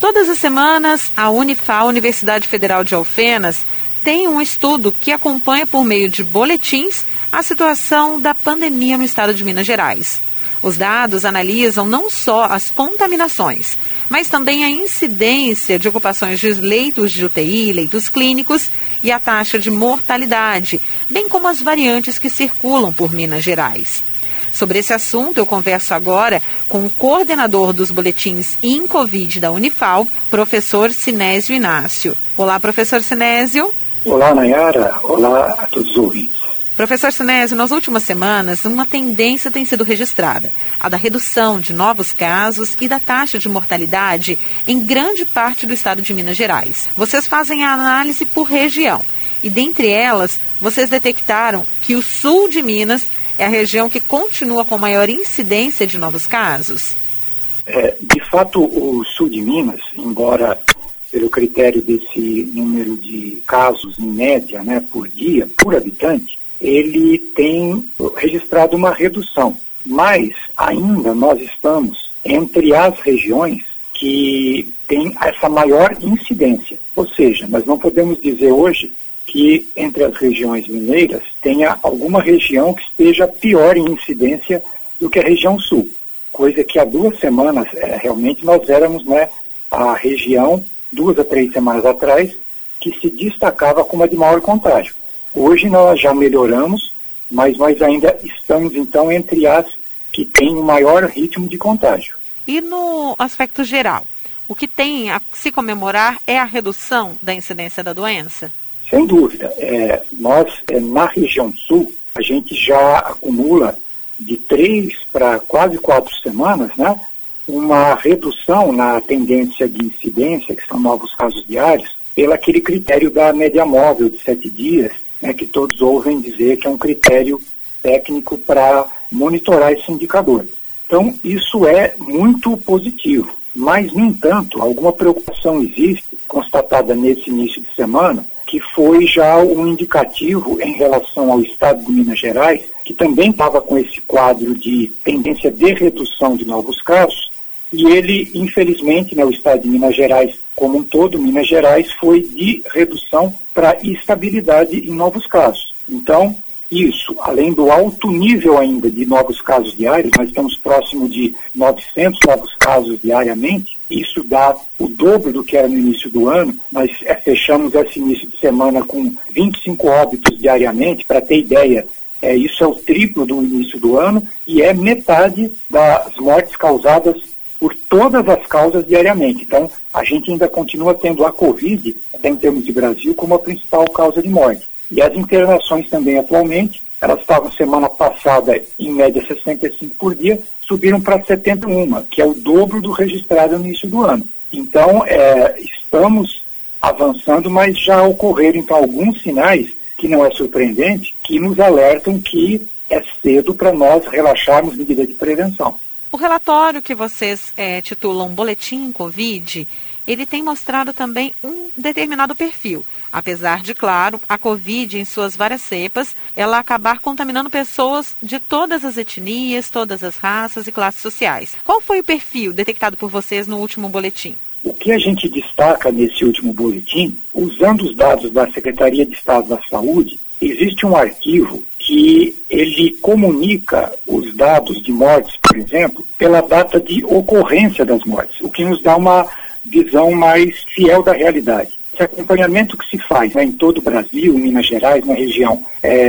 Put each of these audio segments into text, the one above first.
Todas as semanas, a Unifal, Universidade Federal de Alfenas, tem um estudo que acompanha por meio de boletins a situação da pandemia no estado de Minas Gerais. Os dados analisam não só as contaminações, mas também a incidência de ocupações de leitos de UTI, leitos clínicos e a taxa de mortalidade, bem como as variantes que circulam por Minas Gerais. Sobre esse assunto, eu converso agora com o coordenador dos boletins InCovid da Unifal, professor Sinésio Inácio. Olá, professor Sinésio. Olá, Nayara. Olá a todos os ouvintes. Professor Sinésio, nas últimas semanas, uma tendência tem sido registrada, a da redução de novos casos e da taxa de mortalidade em grande parte do estado de Minas Gerais. Vocês fazem a análise por região e, dentre elas, vocês detectaram que o sul de Minas é a região que continua com maior incidência de novos casos? De fato, o sul de Minas, embora pelo critério desse número de casos em média, por dia, por habitante, ele tem registrado uma redução, mas ainda nós estamos entre as regiões que têm essa maior incidência. Ou seja, nós não podemos dizer hoje que entre as regiões mineiras tenha alguma região que esteja pior em incidência do que a região sul, coisa que há 2 semanas realmente nós éramos a região, 2 a 3 semanas atrás, que se destacava como a de maior contágio. Hoje nós já melhoramos, mas nós ainda estamos, então, entre as que têm o maior ritmo de contágio. E no aspecto geral, o que tem a se comemorar é a redução da incidência da doença? Sem dúvida. Nós, na região sul, a gente já acumula de 3 para quase 4 semanas, uma redução na tendência de incidência, que são novos casos diários, pelo aquele critério da média móvel de 7 dias, que todos ouvem dizer que é um critério técnico para monitorar esse indicador. Então, isso é muito positivo. Mas, no entanto, alguma preocupação existe, constatada nesse início de semana, que foi já um indicativo em relação ao estado de Minas Gerais, que também estava com esse quadro de tendência de redução de novos casos, e ele, infelizmente, o estado de Minas Gerais como um todo, Minas Gerais, foi de redução para estabilidade em novos casos. Então, isso, além do alto nível ainda de novos casos diários, nós estamos próximo de 900 novos casos diariamente, isso dá o dobro do que era no início do ano. Nós fechamos esse início de semana com 25 óbitos diariamente, para ter ideia, isso é o triplo do início do ano e é metade das mortes causadas por todas as causas diariamente. Então, a gente ainda continua tendo a Covid, até em termos de Brasil, como a principal causa de morte. E as internações também atualmente, elas estavam semana passada em média 65 por dia, subiram para 71, que é o dobro do registrado no início do ano. Então, estamos avançando, mas já ocorreram então alguns sinais, que não é surpreendente, que nos alertam que é cedo para nós relaxarmos medidas de prevenção. O relatório que vocês titulam Boletim Covid, ele tem mostrado também um determinado perfil. Apesar de, claro, a Covid, em suas várias cepas, ela acabar contaminando pessoas de todas as etnias, todas as raças e classes sociais. Qual foi o perfil detectado por vocês no último boletim? O que a gente destaca nesse último boletim, usando os dados da Secretaria de Estado da Saúde, existe um arquivo que ele comunica os dados de mortes, por exemplo, pela data de ocorrência das mortes, o que nos dá uma visão mais fiel da realidade. Esse acompanhamento que se faz em todo o Brasil, em Minas Gerais, na região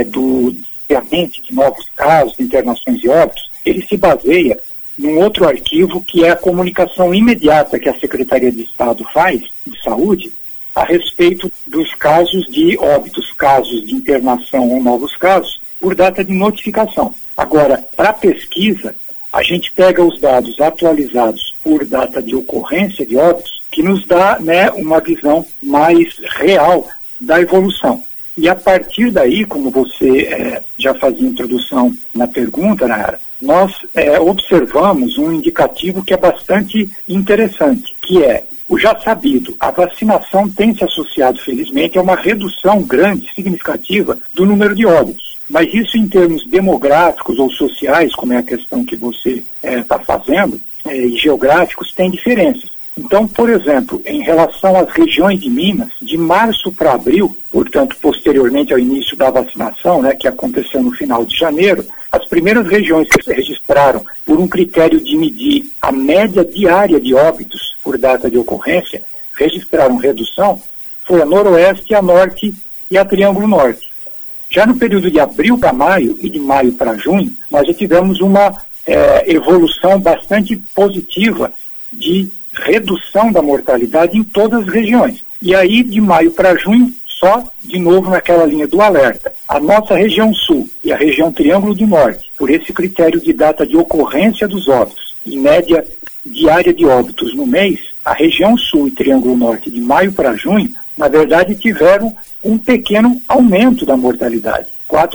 do diamante de novos casos, internações e óbitos, ele se baseia num outro arquivo que é a comunicação imediata que a Secretaria de Estado faz de Saúde a respeito dos casos de óbitos, casos de internação ou novos casos, por data de notificação. Agora, para a pesquisa, a gente pega os dados atualizados por data de ocorrência de óbitos, que nos dá uma visão mais real da evolução. E a partir daí, como você já fazia introdução na pergunta, Nayara, nós observamos um indicativo que é bastante interessante, que é o já sabido, a vacinação tem se associado, felizmente, a uma redução grande, significativa, do número de óbitos. Mas isso em termos demográficos ou sociais, como é a questão que você está fazendo, e geográficos, tem diferenças. Então, por exemplo, em relação às regiões de Minas, de março para abril, portanto, posteriormente ao início da vacinação, né, que aconteceu no final de janeiro, as primeiras regiões que se registraram por um critério de medir a média diária de óbitos por data de ocorrência, registraram redução, foi a Noroeste, a Norte e a Triângulo Norte. Já no período de abril para maio e de maio para junho, nós já tivemos uma evolução bastante positiva de redução da mortalidade em todas as regiões. E aí, de maio para junho, só de novo naquela linha do alerta. A nossa região sul e a região Triângulo do Norte, por esse critério de data de ocorrência dos óbitos, em média diária de óbitos no mês, a região sul e Triângulo Norte, de maio para junho, na verdade tiveram um pequeno aumento da mortalidade.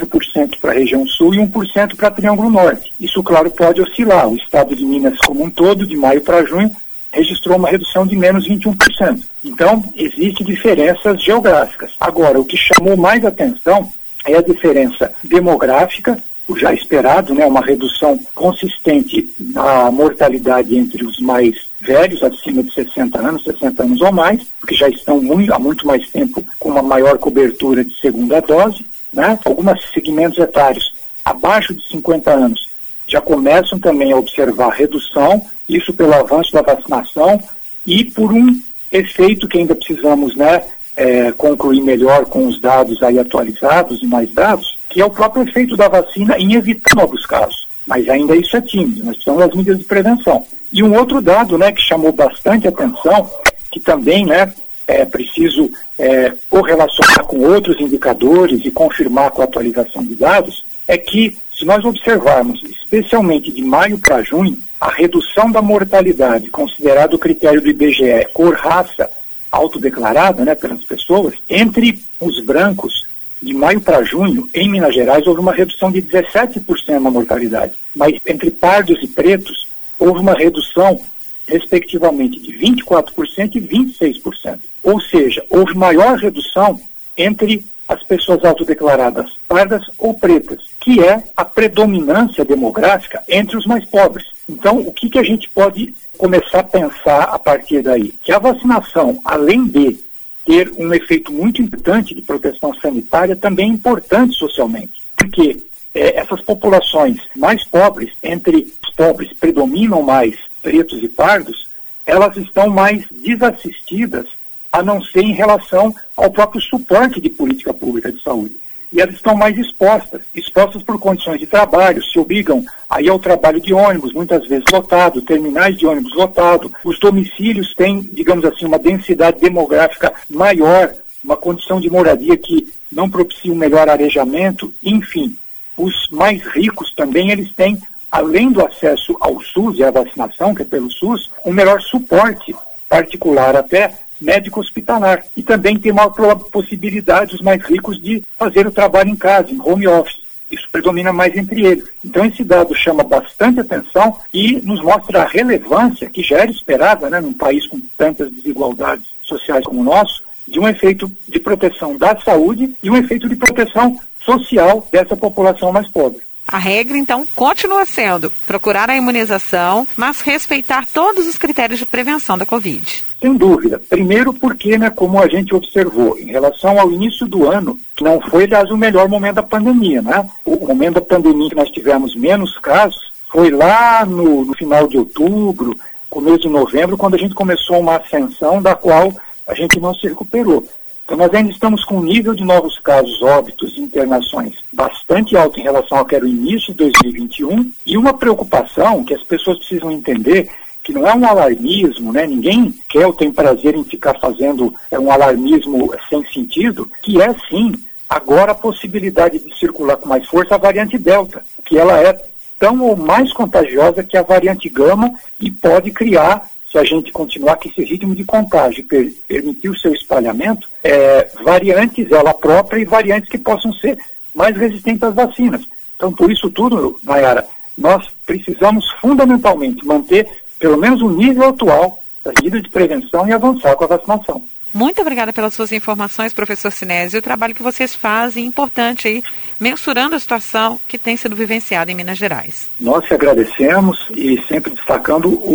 4% para a região sul e 1% para Triângulo Norte. Isso, claro, pode oscilar. O estado de Minas como um todo, de maio para junho, registrou uma redução de menos 21%. Então, existem diferenças geográficas. Agora, o que chamou mais atenção é a diferença demográfica, o já esperado, né, uma redução consistente na mortalidade entre os mais velhos, acima de 60 anos ou mais, porque já estão há muito mais tempo com uma maior cobertura de segunda dose, né? Alguns segmentos etários abaixo de 50 anos já começam também a observar redução, isso pelo avanço da vacinação e por um efeito que ainda precisamos, né, concluir melhor com os dados aí atualizados e mais dados, que é o próprio efeito da vacina em evitar novos casos. Mas ainda isso é tímido, nós precisamos das medidas de prevenção. E um outro dado, né, que chamou bastante atenção, que também, né, é preciso correlacionar com outros indicadores e confirmar com a atualização de dados, é que se nós observarmos, especialmente de maio para junho, a redução da mortalidade, considerado o critério do IBGE, cor-raça autodeclarada, né, pelas pessoas, entre os brancos, de maio para junho, em Minas Gerais, houve uma redução de 17% na mortalidade. Mas entre pardos e pretos, houve uma redução, respectivamente, de 24% e 26%. Ou seja, houve maior redução entre as pessoas autodeclaradas pardas ou pretas, que é a predominância demográfica entre os mais pobres. Então, o que a gente pode começar a pensar a partir daí? Que a vacinação, além de ter um efeito muito importante de proteção sanitária, também é importante socialmente, porque essas populações mais pobres, entre os pobres predominam mais pretos e pardos, elas estão mais desassistidas, a não ser em relação ao próprio suporte de política pública de saúde. E elas estão mais expostas por condições de trabalho, se obrigam a ir ao trabalho de ônibus, muitas vezes lotado, terminais de ônibus lotado. Os domicílios têm, digamos assim, uma densidade demográfica maior, uma condição de moradia que não propicia um melhor arejamento, enfim. Os mais ricos também, eles têm, além do acesso ao SUS e à vacinação, que é pelo SUS, um melhor suporte particular até médico hospitalar. E também tem uma possibilidade, os mais ricos, de fazer o trabalho em casa, em home office. Isso predomina mais entre eles. Então esse dado chama bastante atenção e nos mostra a relevância, que já era esperada, né, num país com tantas desigualdades sociais como o nosso, de um efeito de proteção da saúde e um efeito de proteção social dessa população mais pobre. A regra, então, continua sendo procurar a imunização, mas respeitar todos os critérios de prevenção da Covid. Sem dúvida. Primeiro porque, né, como a gente observou, em relação ao início do ano, que não foi, aliás, o melhor momento da pandemia, né? O momento da pandemia que nós tivemos menos casos foi lá no final de outubro, começo de novembro, quando a gente começou uma ascensão da qual a gente não se recuperou. Então nós ainda estamos com um nível de novos casos, óbitos e internações bastante alto em relação ao que era o início de 2021 e uma preocupação que as pessoas precisam entender que não é um alarmismo, né? Ninguém quer ou tem prazer em ficar fazendo um alarmismo sem sentido, que é sim agora a possibilidade de circular com mais força a variante Delta, que ela é tão ou mais contagiosa que a variante Gama e pode criar, se a gente continuar com esse ritmo de contágio e permitir o seu espalhamento, variantes ela própria e variantes que possam ser mais resistentes às vacinas. Então, por isso tudo, Nayara, nós precisamos fundamentalmente manter pelo menos o nível atual das medidas de prevenção e avançar com a vacinação. Muito obrigada pelas suas informações, professor Sinésio, e o trabalho que vocês fazem, importante aí, mensurando a situação que tem sido vivenciada em Minas Gerais. Nós te agradecemos e sempre destacando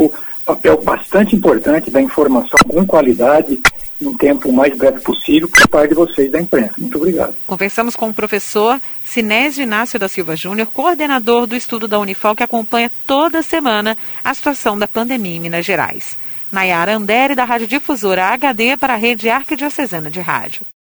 papel bastante importante da informação com qualidade em tempo o mais breve possível por parte de vocês da imprensa. Muito obrigado. Conversamos com o professor Sinésio Inácio da Silva Júnior, coordenador do estudo da Unifal, que acompanha toda semana a situação da pandemia em Minas Gerais. Nayara Andere, da Rádio Difusora HD, para a Rede Arquidiocesana de Rádio.